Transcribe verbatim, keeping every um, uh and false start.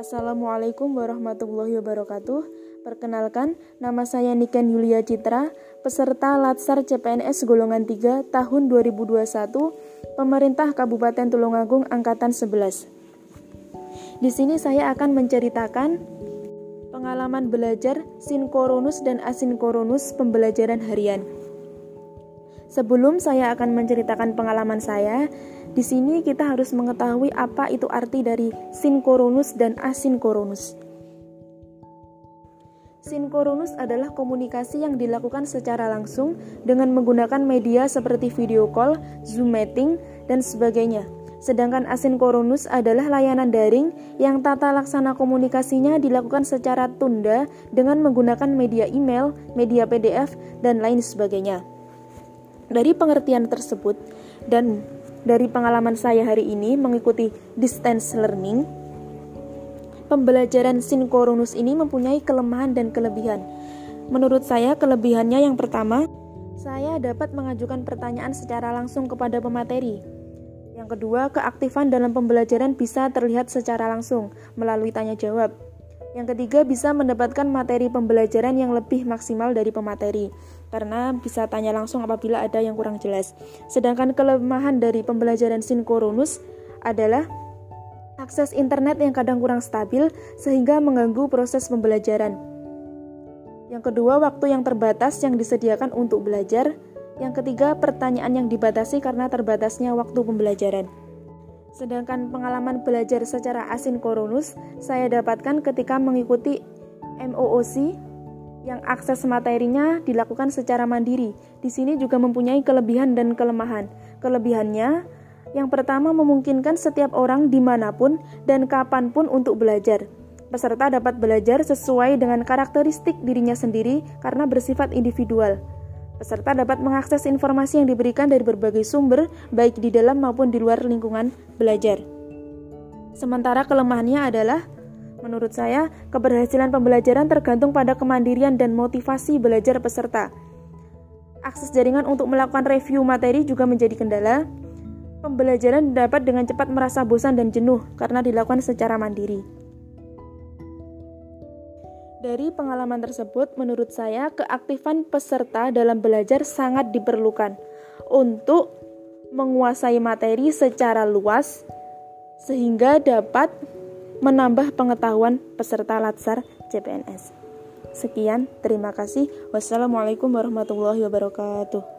Assalamualaikum warahmatullahi wabarakatuh. Perkenalkan, nama saya Niken Yulia Citra, peserta Latsar C P N S golongan tiga tahun dua ribu dua puluh satu, Pemerintah Kabupaten Tulungagung angkatan sebelas. Di sini saya akan menceritakan pengalaman belajar sinkronus dan asinkronus pembelajaran harian. Sebelum saya akan menceritakan pengalaman saya, di sini kita harus mengetahui apa itu arti dari sinkronus dan asinkronus. Sinkronus adalah komunikasi yang dilakukan secara langsung dengan menggunakan media seperti video call, Zoom meeting, dan sebagainya. Sedangkan asinkronus adalah layanan daring yang tata laksana komunikasinya dilakukan secara tunda dengan menggunakan media email, media P D F, dan lain sebagainya. Dari pengertian tersebut dan dari pengalaman saya hari ini mengikuti distance learning, pembelajaran sinkronus ini mempunyai kelemahan dan kelebihan. Menurut saya, kelebihannya yang pertama, saya dapat mengajukan pertanyaan secara langsung kepada pemateri. Yang kedua, keaktifan dalam pembelajaran bisa terlihat secara langsung melalui tanya jawab. Yang ketiga, bisa mendapatkan materi pembelajaran yang lebih maksimal dari pemateri, karena bisa tanya langsung apabila ada yang kurang jelas. Sedangkan kelemahan dari pembelajaran sinkronus adalah akses internet yang kadang kurang stabil sehingga mengganggu proses pembelajaran. Yang kedua, waktu yang terbatas yang disediakan untuk belajar. Yang ketiga, pertanyaan yang dibatasi karena terbatasnya waktu pembelajaran. Sedangkan pengalaman belajar secara asinkronus saya dapatkan ketika mengikuti M O O C yang akses materinya dilakukan secara mandiri. Di sini juga mempunyai kelebihan dan kelemahan. Kelebihannya, yang pertama memungkinkan setiap orang dimanapun dan kapanpun untuk belajar. Peserta dapat belajar sesuai dengan karakteristik dirinya sendiri karena bersifat individual. Peserta dapat mengakses informasi yang diberikan dari berbagai sumber, baik di dalam maupun di luar lingkungan belajar. Sementara kelemahannya adalah, menurut saya, keberhasilan pembelajaran tergantung pada kemandirian dan motivasi belajar peserta. Akses jaringan untuk melakukan review materi juga menjadi kendala. Pembelajaran dapat dengan cepat merasa bosan dan jenuh karena dilakukan secara mandiri. Dari pengalaman tersebut, menurut saya, keaktifan peserta dalam belajar sangat diperlukan untuk menguasai materi secara luas sehingga dapat menambah pengetahuan peserta Latsar C P N S. Sekian, terima kasih. Wassalamualaikum warahmatullahi wabarakatuh.